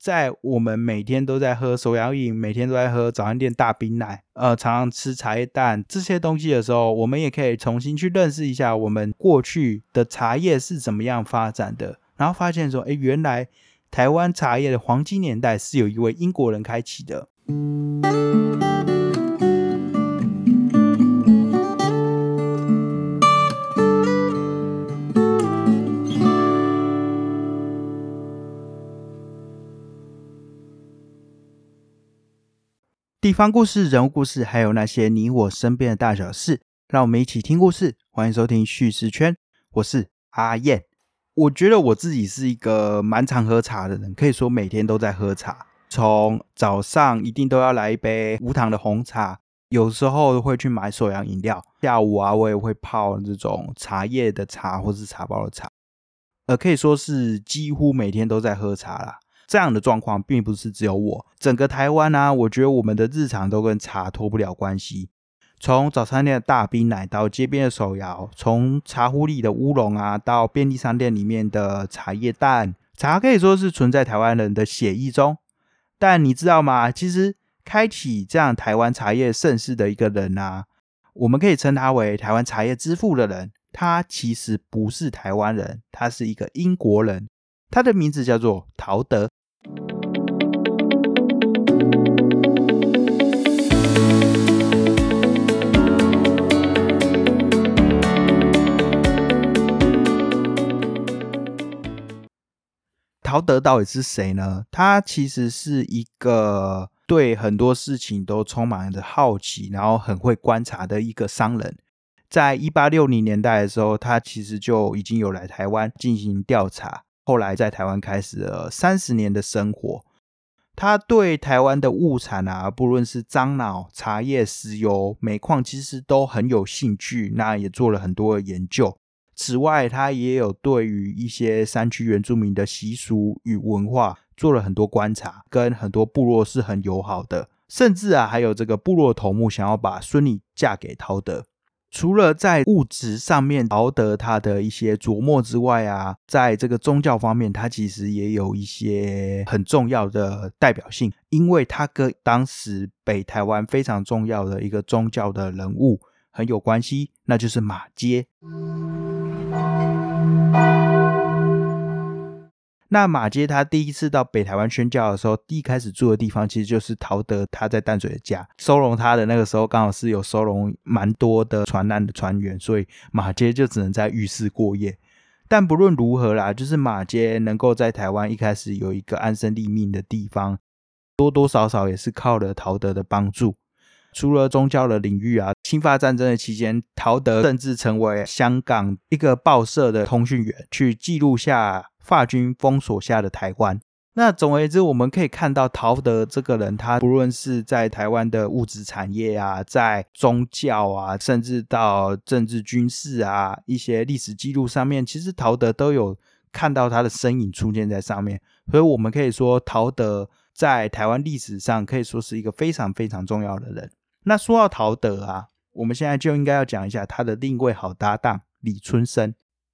在我们每天都在喝手摇饮，每天都在喝早餐店大冰奶，常常吃茶叶蛋这些东西的时候，我们也可以重新去认识一下我们过去的茶叶是怎么样发展的，然后发现说原来台湾茶叶的黄金年代是有一位英国人开启的。地方故事、人物故事，还有那些你我身边的大小事，让我们一起听故事。欢迎收听叙事圈，我是阿燕。我觉得我自己是一个蛮常喝茶的人，可以说每天都在喝茶。从早上一定都要来一杯无糖的红茶，有时候会去买手摇饮料，下午我也会泡这种茶叶的茶或是茶包的茶，可以说是几乎每天都在喝茶啦。这样的状况并不是只有我，整个台湾我觉得我们的日常都跟茶脱不了关系。从早餐店的大冰奶到街边的手摇，从茶壶里的乌龙到便利商店里面的茶叶蛋，茶可以说是存在台湾人的血液中。但你知道吗？其实开启这样台湾茶叶盛世的一个人我们可以称他为台湾茶叶之父的人，他其实不是台湾人，他是一个英国人，他的名字叫做陶德。陶德到底是谁呢？他其实是一个对很多事情都充满着好奇，然后很会观察的一个商人。在1860年代的时候，他其实就已经有来台湾进行调查，后来在台湾开始了30年的生活。他对台湾的物产不论是樟脑、茶叶、石油、煤矿，其实都很有兴趣，那也做了很多的研究。此外，他也有对于一些山区原住民的习俗与文化做了很多观察，跟很多部落是很友好的，甚至还有这个部落头目想要把孙女嫁给陶德。除了在物质上面陶德他的一些琢磨之外在这个宗教方面他其实也有一些很重要的代表性，因为他跟当时北台湾非常重要的一个宗教的人物很有关系，那就是马偕。那马偕他第一次到北台湾宣教的时候，第一开始住的地方其实就是陶德他在淡水的家，收容他的那个时候刚好是有收容蛮多的船难的船员，所以马偕就只能在浴室过夜。但不论如何啦，就是马偕能够在台湾一开始有一个安身立命的地方，多多少少也是靠了陶德的帮助。除了宗教的领域清法战争的期间，陶德甚至成为香港一个报社的通讯员，去记录下法军封锁下的台湾。那总而言之，我们可以看到陶德这个人，他不论是在台湾的物质产业在宗教甚至到政治军事一些历史记录上面，其实陶德都有看到他的身影出现在上面。所以我们可以说陶德在台湾历史上可以说是一个非常非常重要的人。那说到陶德我们现在就应该要讲一下他的另一位好搭档李春生。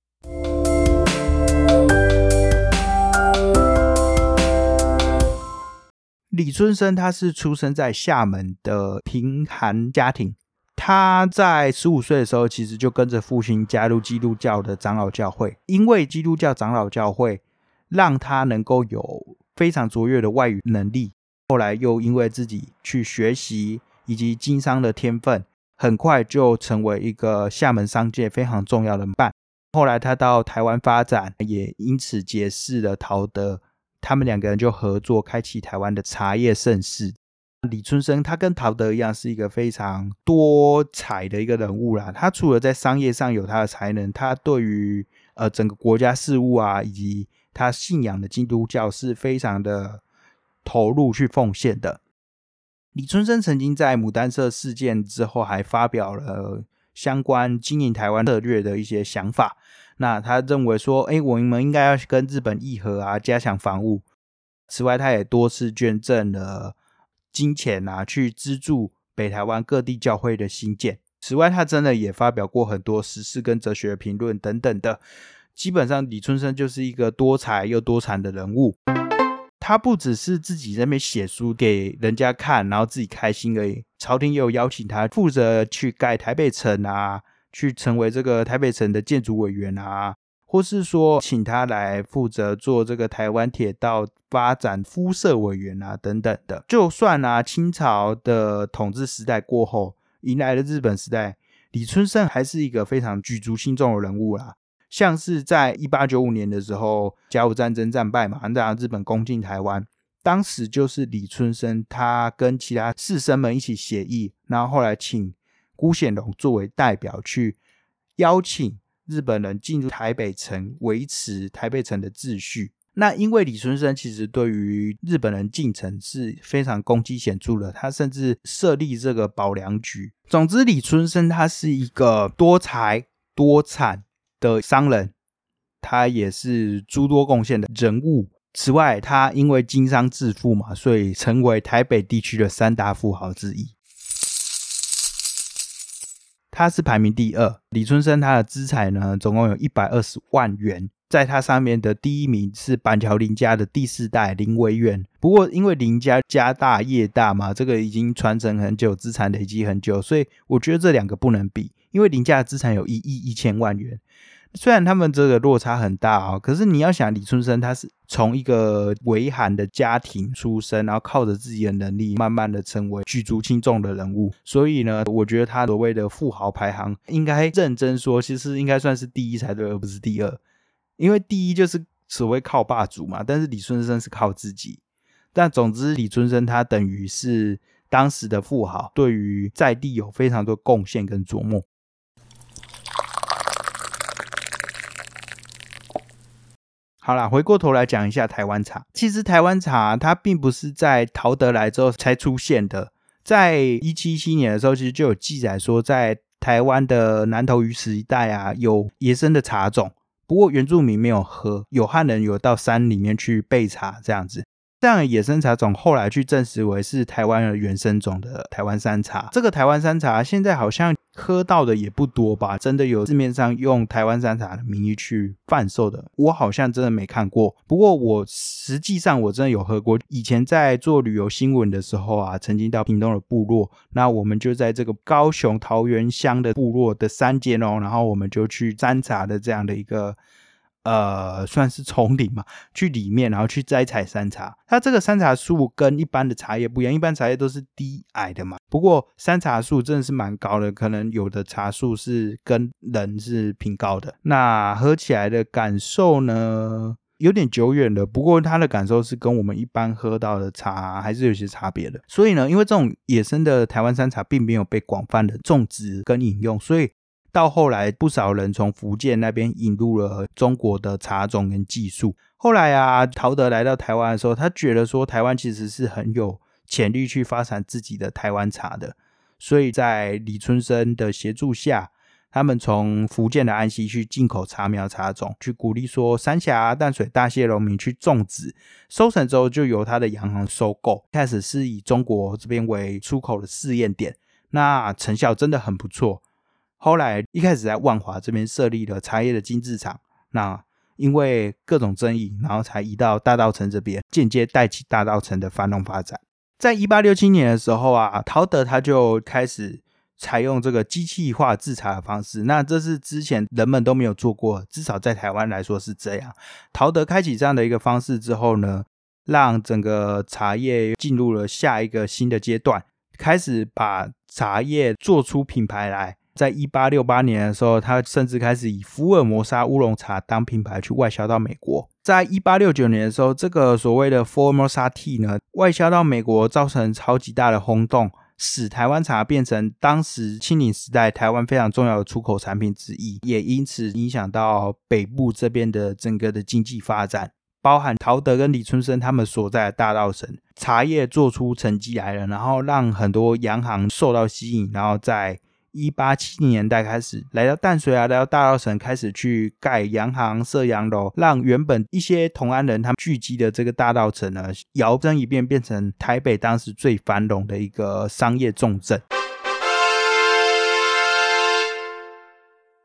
李春生他是出生在厦门的贫寒家庭，他在15岁的时候其实就跟着父亲加入基督教的长老教会，因为基督教长老教会让他能够有非常卓越的外语能力，后来又因为自己去学习以及经商的天分，很快就成为一个厦门商界非常重要的伴。后来他到台湾发展，也因此结识了陶德，他们两个人就合作开启台湾的茶叶盛世。李春生他跟陶德一样是一个非常多彩的一个人物啦，他除了在商业上有他的才能，他对于整个国家事务以及他信仰的基督教是非常的投入去奉献的。李春生曾经在牡丹社事件之后还发表了相关经营台湾策略的一些想法，那他认为说我们应该要跟日本议和加强防务。此外他也多次捐赠了金钱去资助北台湾各地教会的兴建。此外他真的也发表过很多时事跟哲学评论等等的，基本上李春生就是一个多才又多产的人物。 他不只是自己在那边写书给人家看，然后自己开心而已，朝廷也有邀请他负责去盖台北城啊，去成为这个台北城的建筑委员啊，或是说请他来负责做这个台湾铁道发展肤色委员啊等等的。就算啊清朝的统治时代过后，迎来了日本时代，李春生还是一个非常举足轻重的人物啦。像是在1895年的时候，甲午战争战败嘛，让日本攻进台湾，当时就是李春生他跟其他士绅们一起协议，然后后来请辜显荣作为代表去邀请日本人进入台北城，维持台北城的秩序。那因为李春生其实对于日本人进城是非常功绩显著的，他甚至设立这个保良局。总之李春生他是一个多才多产的商人，他也是诸多贡献的人物。此外他因为经商致富嘛，所以成为台北地区的3大富豪之一。他是排名第2，李春生他的资产呢总共有120万元，在他上面的第1名是板桥林家的第4代林惟元。不过因为林家家大业大嘛，这个已经传承很久，资产累积很久，所以我觉得这2个不能比，因为林家的资产有1亿1000万元。虽然他们这个落差很大哦，可是你要想李春生他是从一个微寒的家庭出身，然后靠着自己的能力慢慢的成为举足轻重的人物，所以呢我觉得他所谓的富豪排行应该认真说其实应该算是第1才对，而不是第2。因为第1就是所谓靠霸主嘛，但是李春生是靠自己。但总之李春生他等于是当时的富豪，对于在地有非常多贡献跟琢磨。好啦，回过头来讲一下台湾茶。其实台湾茶它并不是在陶德来之后才出现的，在1717年的时候其实就有记载说在台湾的南投鱼池一带啊有野生的茶种，不过原住民没有喝，有汉人有到山里面去备茶这样子。这样的野生茶种后来去证实为是台湾的原生种的台湾山茶。这个台湾山茶现在好像喝到的也不多吧，真的有市面上用台湾山茶的名义去贩售的我好像真的没看过。不过我实际上我真的有喝过，以前在做旅游新闻的时候啊，曾经到屏东的部落，那我们就在这个高雄桃源乡的部落的山间哦，然后我们就去山茶的这样的一个算是丛林嘛，去里面然后去摘采山茶。它这个山茶树跟一般的茶叶不一样，一般茶叶都是低矮的嘛，不过山茶树真的是蛮高的，可能有的茶树是跟人是平高的。那喝起来的感受呢有点久远了，不过它的感受是跟我们一般喝到的茶还是有些差别的。所以呢，因为这种野生的台湾山茶并没有被广泛的种植跟饮用，所以到后来不少人从福建那边引入了中国的茶种跟技术。后来啊，陶德来到台湾的时候，他觉得说台湾其实是很有潜力去发展自己的台湾茶的，所以在李春生的协助下，他们从福建的安溪去进口茶苗茶种，去鼓励说三峡、淡水、大溪农民去种植，收成之后就由他的洋行收购。开始是以中国这边为出口的试验点，那成效真的很不错。后来一开始在万华这边设立了茶叶的精制厂，那因为各种争议，然后才移到大稻埕这边，间接带起大稻埕的繁荣发展。在1867年的时候啊，陶德他就开始采用这个机器化制茶的方式，那这是之前人们都没有做过，至少在台湾来说是这样。陶德开启这样的一个方式之后呢，让整个茶叶进入了下一个新的阶段，开始把茶叶做出品牌来。在1868年的时候，他甚至开始以福尔摩沙乌龙茶当品牌去外销到美国。在1869年的时候，这个所谓的 Formosa Tea 呢，外销到美国造成超级大的轰动，使台湾茶变成当时清领时代台湾非常重要的出口产品之一，也因此影响到北部这边的整个的经济发展，包含陶德跟李春生他们所在的大稻埕，茶叶做出成绩来了，然后让很多洋行受到吸引，然后在1870年代开始来到淡水啊，来到大稻埕，开始去盖洋行设洋楼，让原本一些同安人他们聚集的这个大稻埕呢，摇身一变变成台北当时最繁荣的一个商业重镇。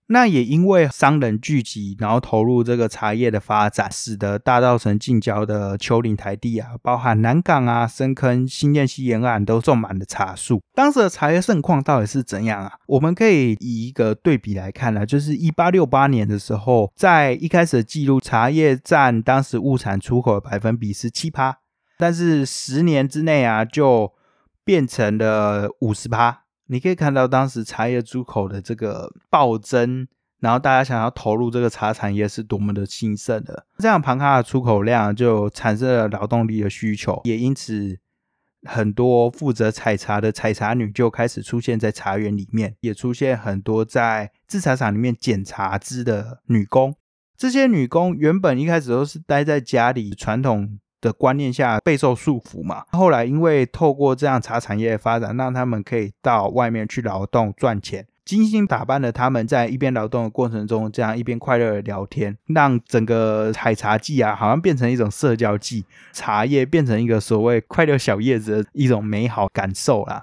那也因为商人聚集，然后投入这个茶叶的发展，使得大稻埕近郊的丘陵台地啊，包含南港啊、深坑、新店溪沿岸都种满了茶树。当时的茶叶盛况到底是怎样啊？我们可以以一个对比来看就是1868年的时候，在一开始的记录，茶叶占当时物产出口的百分比是 7%， 但是10年之内啊，就变成了 50%。你可以看到当时茶叶出口的这个暴增，然后大家想要投入这个茶产业是多么的兴盛的。这样庞大的出口量就产生了劳动力的需求，也因此很多负责采茶的采茶女就开始出现在茶园里面，也出现很多在制茶厂里面捡茶枝的女工。这些女工原本一开始都是待在家里，传统的观念下备受束缚嘛，后来因为透过这样茶产业的发展，让他们可以到外面去劳动赚钱，精心打扮的他们在一边劳动的过程中，这样一边快乐的聊天，让整个采茶季啊，好像变成一种社交季，茶叶变成一个所谓快乐小叶子的一种美好感受啦。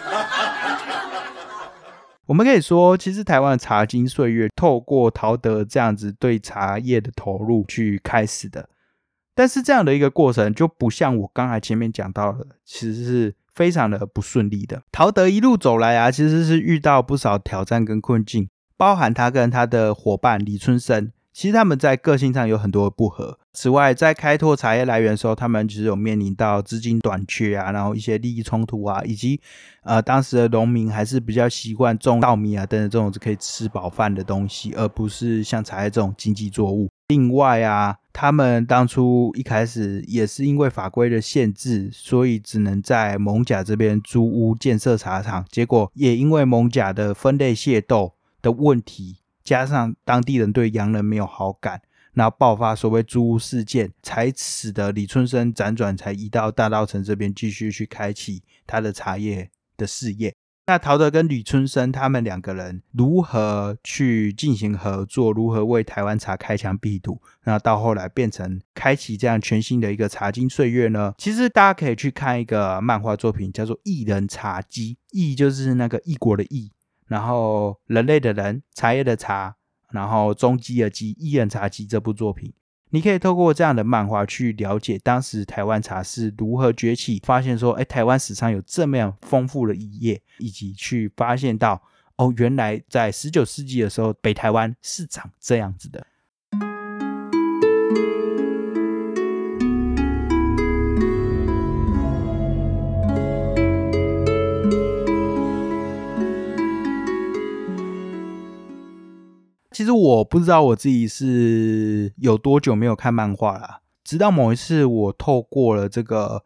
我们可以说，其实台湾的茶经岁月透过陶德这样子对茶叶的投入去开始的，但是这样的一个过程就不像我刚才前面讲到的，其实是非常的不顺利的。陶德一路走来啊，其实是遇到不少挑战跟困境，包含他跟他的伙伴李春生，其实他们在个性上有很多的不合。此外，在开拓茶叶来源的时候，他们其实有面临到资金短缺啊，然后一些利益冲突啊，以及当时的农民还是比较习惯种稻米啊等等这种可以吃饱饭的东西，而不是像茶叶这种经济作物。另外啊，他们当初一开始也是因为法规的限制，所以只能在艋舺这边租屋建设茶厂，结果也因为艋舺的分类械斗的问题，加上当地人对洋人没有好感，然后爆发所谓租屋事件，才使得李春生辗转才移到大稻埕这边继续去开启他的茶叶的事业。那陶德跟李春生他们两个人如何去进行合作，如何为台湾茶开疆辟土，那到后来变成开启这样全新的一个茶经岁月呢？其实大家可以去看一个漫画作品叫做《异人茶姬》，异就是那个异国的异，然后人类的人，茶叶的茶，然后中基的基，异人茶姬这部作品，你可以透过这样的漫画去了解当时台湾茶是如何崛起，发现说台湾史上有这么样丰富的一页，以及去发现到原来在19世纪的时候北台湾是长这样子的。其实我不知道我自己是有多久没有看漫画啦，直到某一次我透过了这个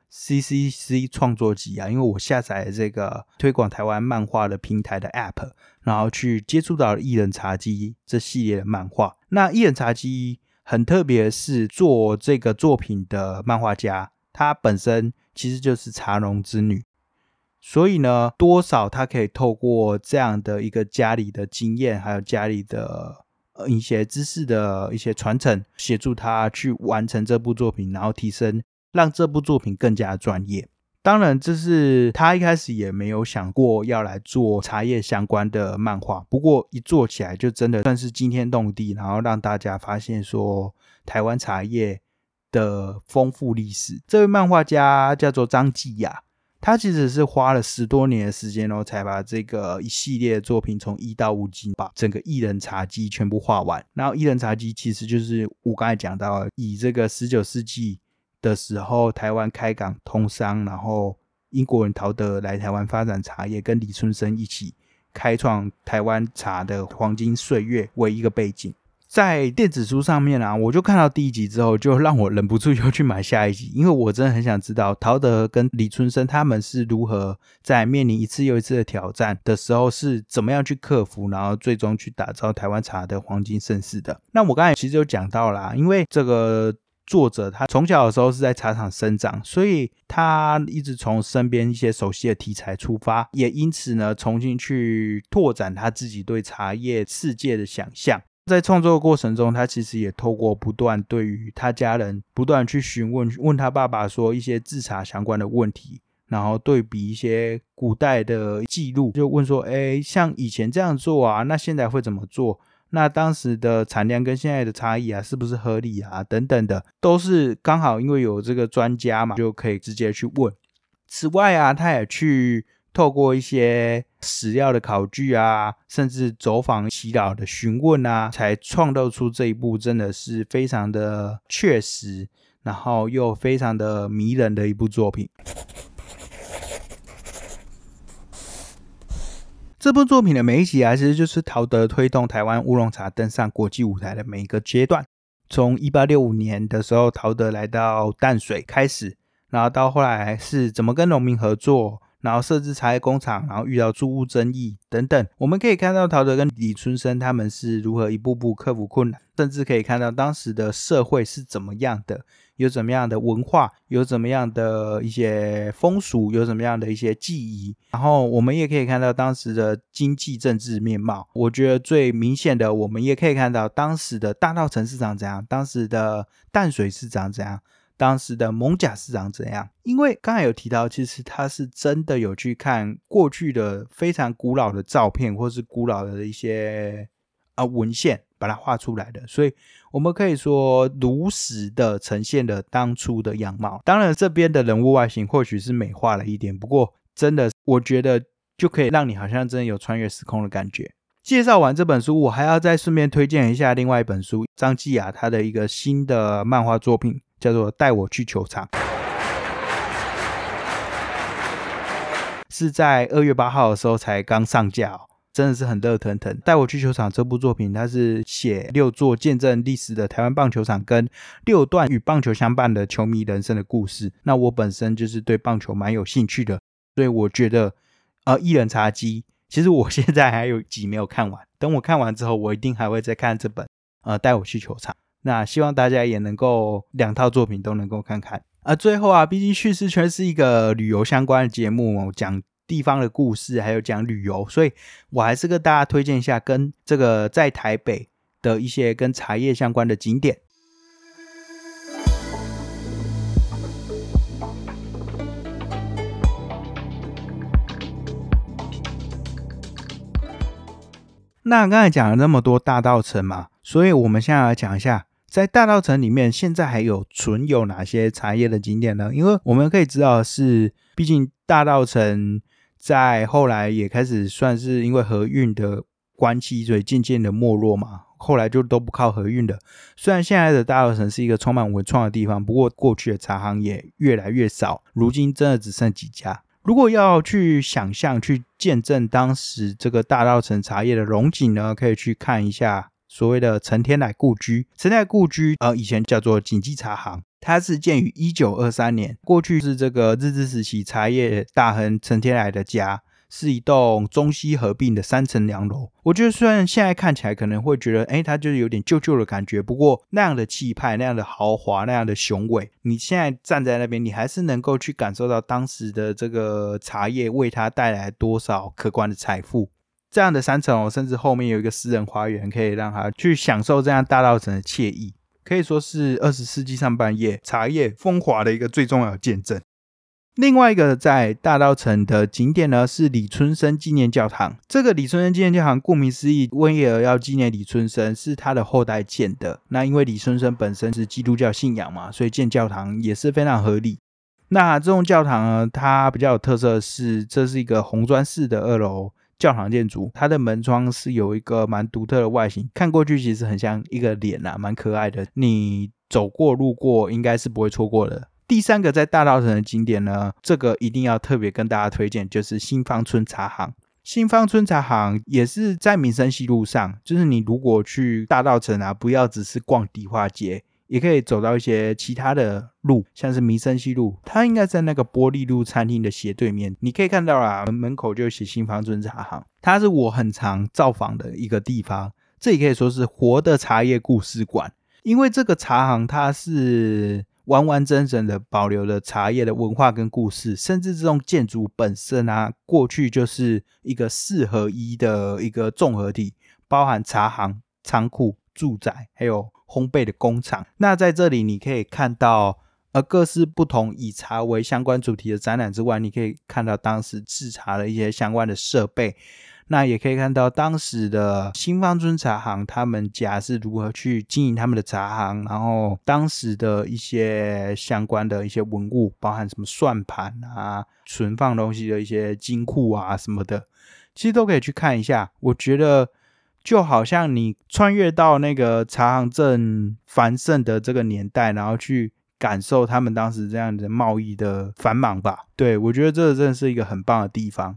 CCC 创作集啊，因为我下载了这个推广台湾漫画的平台的 App， 然后去接触到了异人茶姬这系列的漫画。那异人茶姬很特别的是，做这个作品的漫画家他本身其实就是茶农之女，所以呢多少他可以透过这样的一个家里的经验，还有家里的一些知识的一些传承，协助他去完成这部作品，然后提升，让这部作品更加专业。当然这是他一开始也没有想过要来做茶叶相关的漫画，不过一做起来就真的算是惊天动地，然后让大家发现说台湾茶叶的丰富历史。这位漫画家叫做张继雅，他其实是花了10多年的时间才把这个一系列的作品从1到5集把整个异人茶姬全部画完。然后异人茶姬其实就是我刚才讲到以这个19世纪的时候台湾开港通商，然后英国人陶德来台湾发展茶叶，跟李春生一起开创台湾茶的黄金岁月为一个背景。在电子书上面啊，我就看到第1集之后，就让我忍不住又去买下一集，因为我真的很想知道陶德跟李春生他们是如何在面临一次又一次的挑战的时候是怎么样去克服，然后最终去打造台湾茶的黄金盛世的。那我刚才其实有讲到啦，因为这个作者他从小的时候是在茶厂生长，所以他一直从身边一些熟悉的题材出发，也因此呢重新去拓展他自己对茶叶世界的想象。在创作的过程中，他其实也透过不断对于他家人不断去询问他爸爸说一些制茶相关的问题，然后对比一些古代的记录，就问说像以前这样做啊，那现在会怎么做， 那当时的产量跟现在的差异啊，是不是合理啊，等等的，都是刚好因为有这个专家嘛，就可以直接去问。此外啊，他也去透过一些史料的考据啊，甚至走访耆老的询问啊，才创造出这一部真的是非常的确实，然后又非常的迷人的一部作品。这部作品的每一集啊，其实就是陶德推动台湾乌龙茶登上国际舞台的每一个阶段。从1865年的时候，陶德来到淡水开始，然后到后来是怎么跟农民合作，然后设置茶叶工厂，然后遇到租屋争议等等。我们可以看到陶德跟李春生他们是如何一步步克服困难，甚至可以看到当时的社会是怎么样的，有怎么样的文化，有怎么样的一些风俗，有怎么样的一些记忆，然后我们也可以看到当时的经济政治面貌。我觉得最明显的，我们也可以看到当时的大稻埕市长怎样，当时的淡水市长怎样，当时的艋舺市长怎样。因为刚才有提到，其实他是真的有去看过去的非常古老的照片，或是古老的一些文献，把它画出来的，所以我们可以说如实的呈现了当初的样貌。当然这边的人物外形或许是美化了一点，不过真的我觉得就可以让你好像真的有穿越时空的感觉。介绍完这本书，我还要再顺便推荐一下另外一本书，张继雅他的一个新的漫画作品，叫做《带我去球场》，是在2月8号的时候才刚上架哦，真的是很热腾腾。带我去球场这部作品，它是写6座见证历史的台湾棒球场跟6段与棒球相伴的球迷人生的故事。那我本身就是对棒球蛮有兴趣的，所以我觉得一人茶姬，其实我现在还有集没有看完，等我看完之后，我一定还会再看这本带我去球场。那希望大家也能够2套作品都能够看看。最后啊，毕竟叙事圈是一个旅游相关的节目，讲地方的故事还有讲旅游，所以我还是跟大家推荐一下跟这个在台北的一些跟茶叶相关的景点。那刚才讲了那么多大稻埕嘛，所以我们现在来讲一下在大稻埕里面现在还有存有哪些茶叶的景点呢？因为我们可以知道的是，毕竟大稻埕在后来也开始算是因为河运的关系，所以渐渐的没落嘛，后来就都不靠河运的。虽然现在的大稻埕是一个充满文创的地方，不过过去的茶行也越来越少，如今真的只剩几家。如果要去想象去见证当时这个大稻埕茶叶的荣景呢，可以去看一下所谓的陈天来故居。陈天来故居以前叫做锦记茶行，它是建于1923年，过去是这个日治时期茶叶大亨陈天来的家，是一栋中西合并的3层2楼。我觉得虽然现在看起来可能会觉得它就是有点旧旧的感觉，不过那样的气派，那样的豪华，那样的雄伟，你现在站在那边，你还是能够去感受到当时的这个茶叶为它带来多少可观的财富。这样的3层楼，甚至后面有一个私人花园，可以让他去享受这样大稻埕的惬意，可以说是20世纪上半叶茶叶风华的一个最重要的见证。另外一个在大稻埕的景点呢，是李春生纪念教堂。这个李春生纪念教堂顾名思义，为了要纪念李春生，是他的后代建的。那因为李春生本身是基督教信仰嘛，所以建教堂也是非常合理。那这栋教堂呢，它比较有特色的是，这是一个红砖式的2楼教堂建筑，它的门窗是有一个蛮独特的外形，看过去其实很像一个脸啊，蛮可爱的，你走过路过应该是不会错过的。第3个在大稻埕的景点呢，这个一定要特别跟大家推荐，就是新芳村茶行。新芳村茶行也是在民生西路上，就是你如果去大稻埕啊，不要只是逛迪化街，也可以走到一些其他的路，像是民生西路，它应该在那个玻璃路餐厅的斜对面，你可以看到啦，门口就写新芳村茶行，它是我很常造访的一个地方，这也可以说是活的茶叶故事馆。因为这个茶行它是完完整整的保留了茶叶的文化跟故事，甚至这种建筑本身啊，过去就是一个4合1的一个综合体，包含茶行、仓库、住宅还有烘焙的工厂。那在这里你可以看到各式不同以茶为相关主题的展览之外，你可以看到当时制茶的一些相关的设备， 那也可以看到当时的新芳村茶行他们家是如何去经营他们的茶行，然后当时的一些相关的一些文物，包含什么算盘啊、存放东西的一些金库啊什么的，其实都可以去看一下。我觉得就好像你穿越到那个茶行正繁盛的这个年代，然后去感受他们当时这样的贸易的繁忙吧。对，我觉得这真的是一个很棒的地方。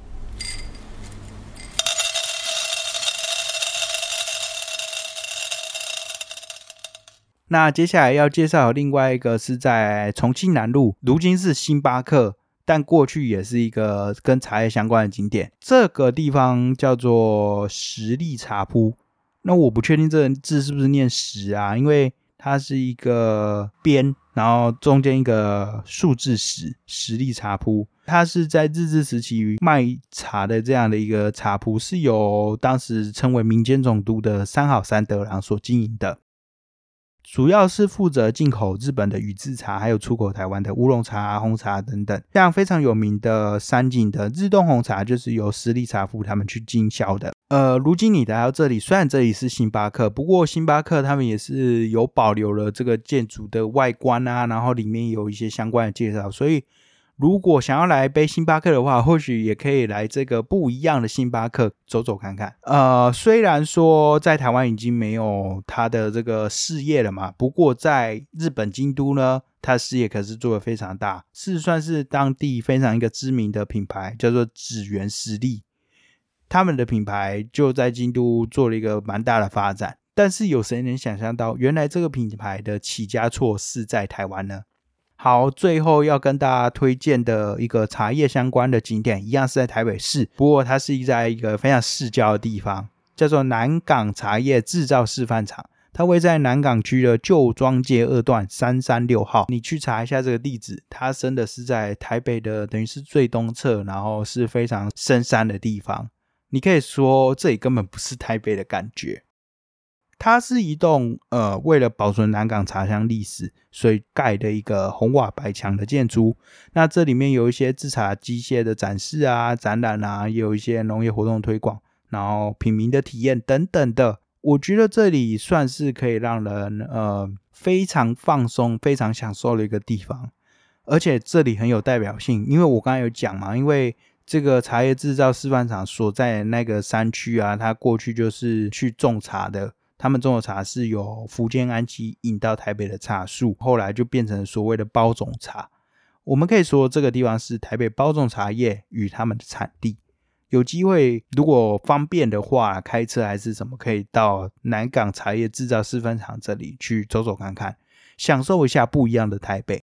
那接下来要介绍另外一个是在重庆南路，如今是星巴克，但过去也是一个跟茶叶相关的景点。这个地方叫做十力茶铺，那我不确定这个字是不是念十啊，因为它是一个边，然后中间一个数字10，十力茶铺。它是在日治时期卖茶的这样的一个茶铺，是由当时称为民间总督的三好三德郎所经营的。主要是负责进口日本的宇治茶，还有出口台湾的乌龙茶、红茶等等。像非常有名的三井的日东红茶，就是由十力茶铺他们去经销的。如今你来到这里，虽然这里是星巴克，不过星巴克他们也是有保留了这个建筑的外观啊，然后里面有一些相关的介绍，所以如果想要来杯星巴克的话，或许也可以来这个不一样的星巴克走走看看。虽然说在台湾已经没有它的这个事业了嘛，不过在日本京都呢，它的事业可是做得非常大，是算是当地非常一个知名的品牌，叫做指原实力。他们的品牌就在京都做了一个蛮大的发展，但是有谁能想象到，原来这个品牌的起家错是在台湾呢？好，最后要跟大家推荐的一个茶叶相关的景点，一样是在台北市，不过它是在一个非常市郊的地方，叫做南港茶叶制造示范厂。它位在南港区的旧庄街2段336号，你去查一下这个地址，它真的是在台北的等于是最东侧，然后是非常深山的地方。你可以说这里根本不是台北的感觉。它是一栋为了保存南港茶乡历史，所以盖的一个红瓦白墙的建筑。那这里面有一些制茶机械的展示啊、展览啊，也有一些农业活动推广，然后品茗的体验等等的。我觉得这里算是可以让人非常放松、非常享受的一个地方。而且这里很有代表性，因为我刚才有讲嘛，因为这个茶叶制造示范厂所在的那个山区啊，它过去就是去种茶的。他们种的茶是由福建安溪引到台北的茶树，后来就变成所谓的包种茶。我们可以说这个地方是台北包种茶叶与他们的产地。有机会如果方便的话，开车还是什么，可以到南港茶叶制造示范厂这里去走走看看，享受一下不一样的台北。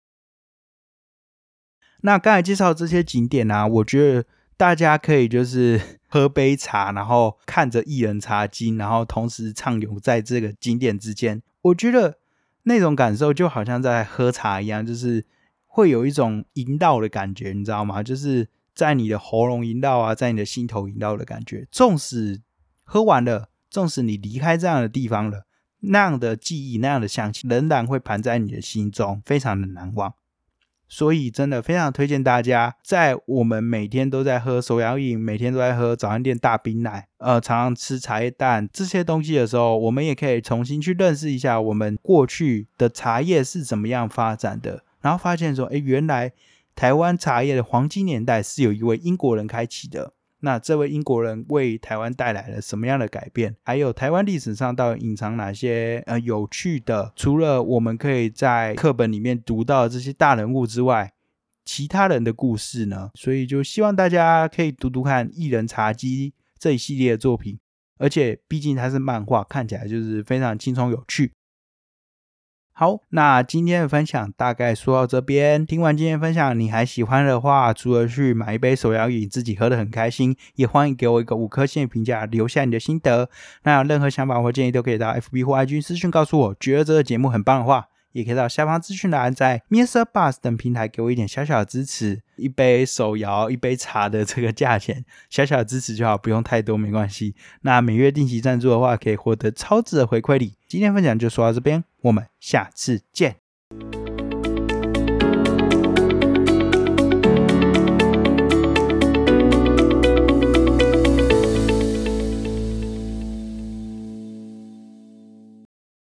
那刚才介绍这些景点啊，我觉得大家可以就是喝杯茶，然后看着艺人茶经，然后同时畅游在这个景点之间。我觉得那种感受就好像在喝茶一样，就是会有一种萦绕的感觉，你知道吗？就是在你的喉咙萦绕啊，在你的心头萦绕的感觉。纵使喝完了，纵使你离开这样的地方了，那样的记忆、那样的香气仍然会盘在你的心中，非常的难忘。所以真的非常推荐大家，在我们每天都在喝手摇饮，每天都在喝早餐店大冰奶，常常吃茶叶蛋这些东西的时候，我们也可以重新去认识一下我们过去的茶叶是怎么样发展的，然后发现说，原来台湾茶叶的黄金年代是有一位英国人开启的。那这位英国人为台湾带来了什么样的改变？还有台湾历史上到底隐藏哪些有趣的？除了我们可以在课本里面读到的这些大人物之外，其他人的故事呢？所以就希望大家可以读读看《艺人茶姬》这一系列的作品，而且毕竟它是漫画，看起来就是非常轻松有趣。好，那今天的分享大概说到这边。听完今天的分享，你还喜欢的话，除了去买一杯手摇饮自己喝得很开心，也欢迎给我一个5颗星的评价，留下你的心得。那有任何想法或建议都可以到 FB 或 IG 私讯告诉我。觉得这个节目很棒的话，也可以到下方资讯栏在 MixerBox 等平台给我一点小小的支持，一杯手摇一杯茶的这个价钱，小小的支持就好，不用太多没关系。那每月定期赞助的话，可以获得超值的回馈礼。今天分享就说到这边，我们下次见。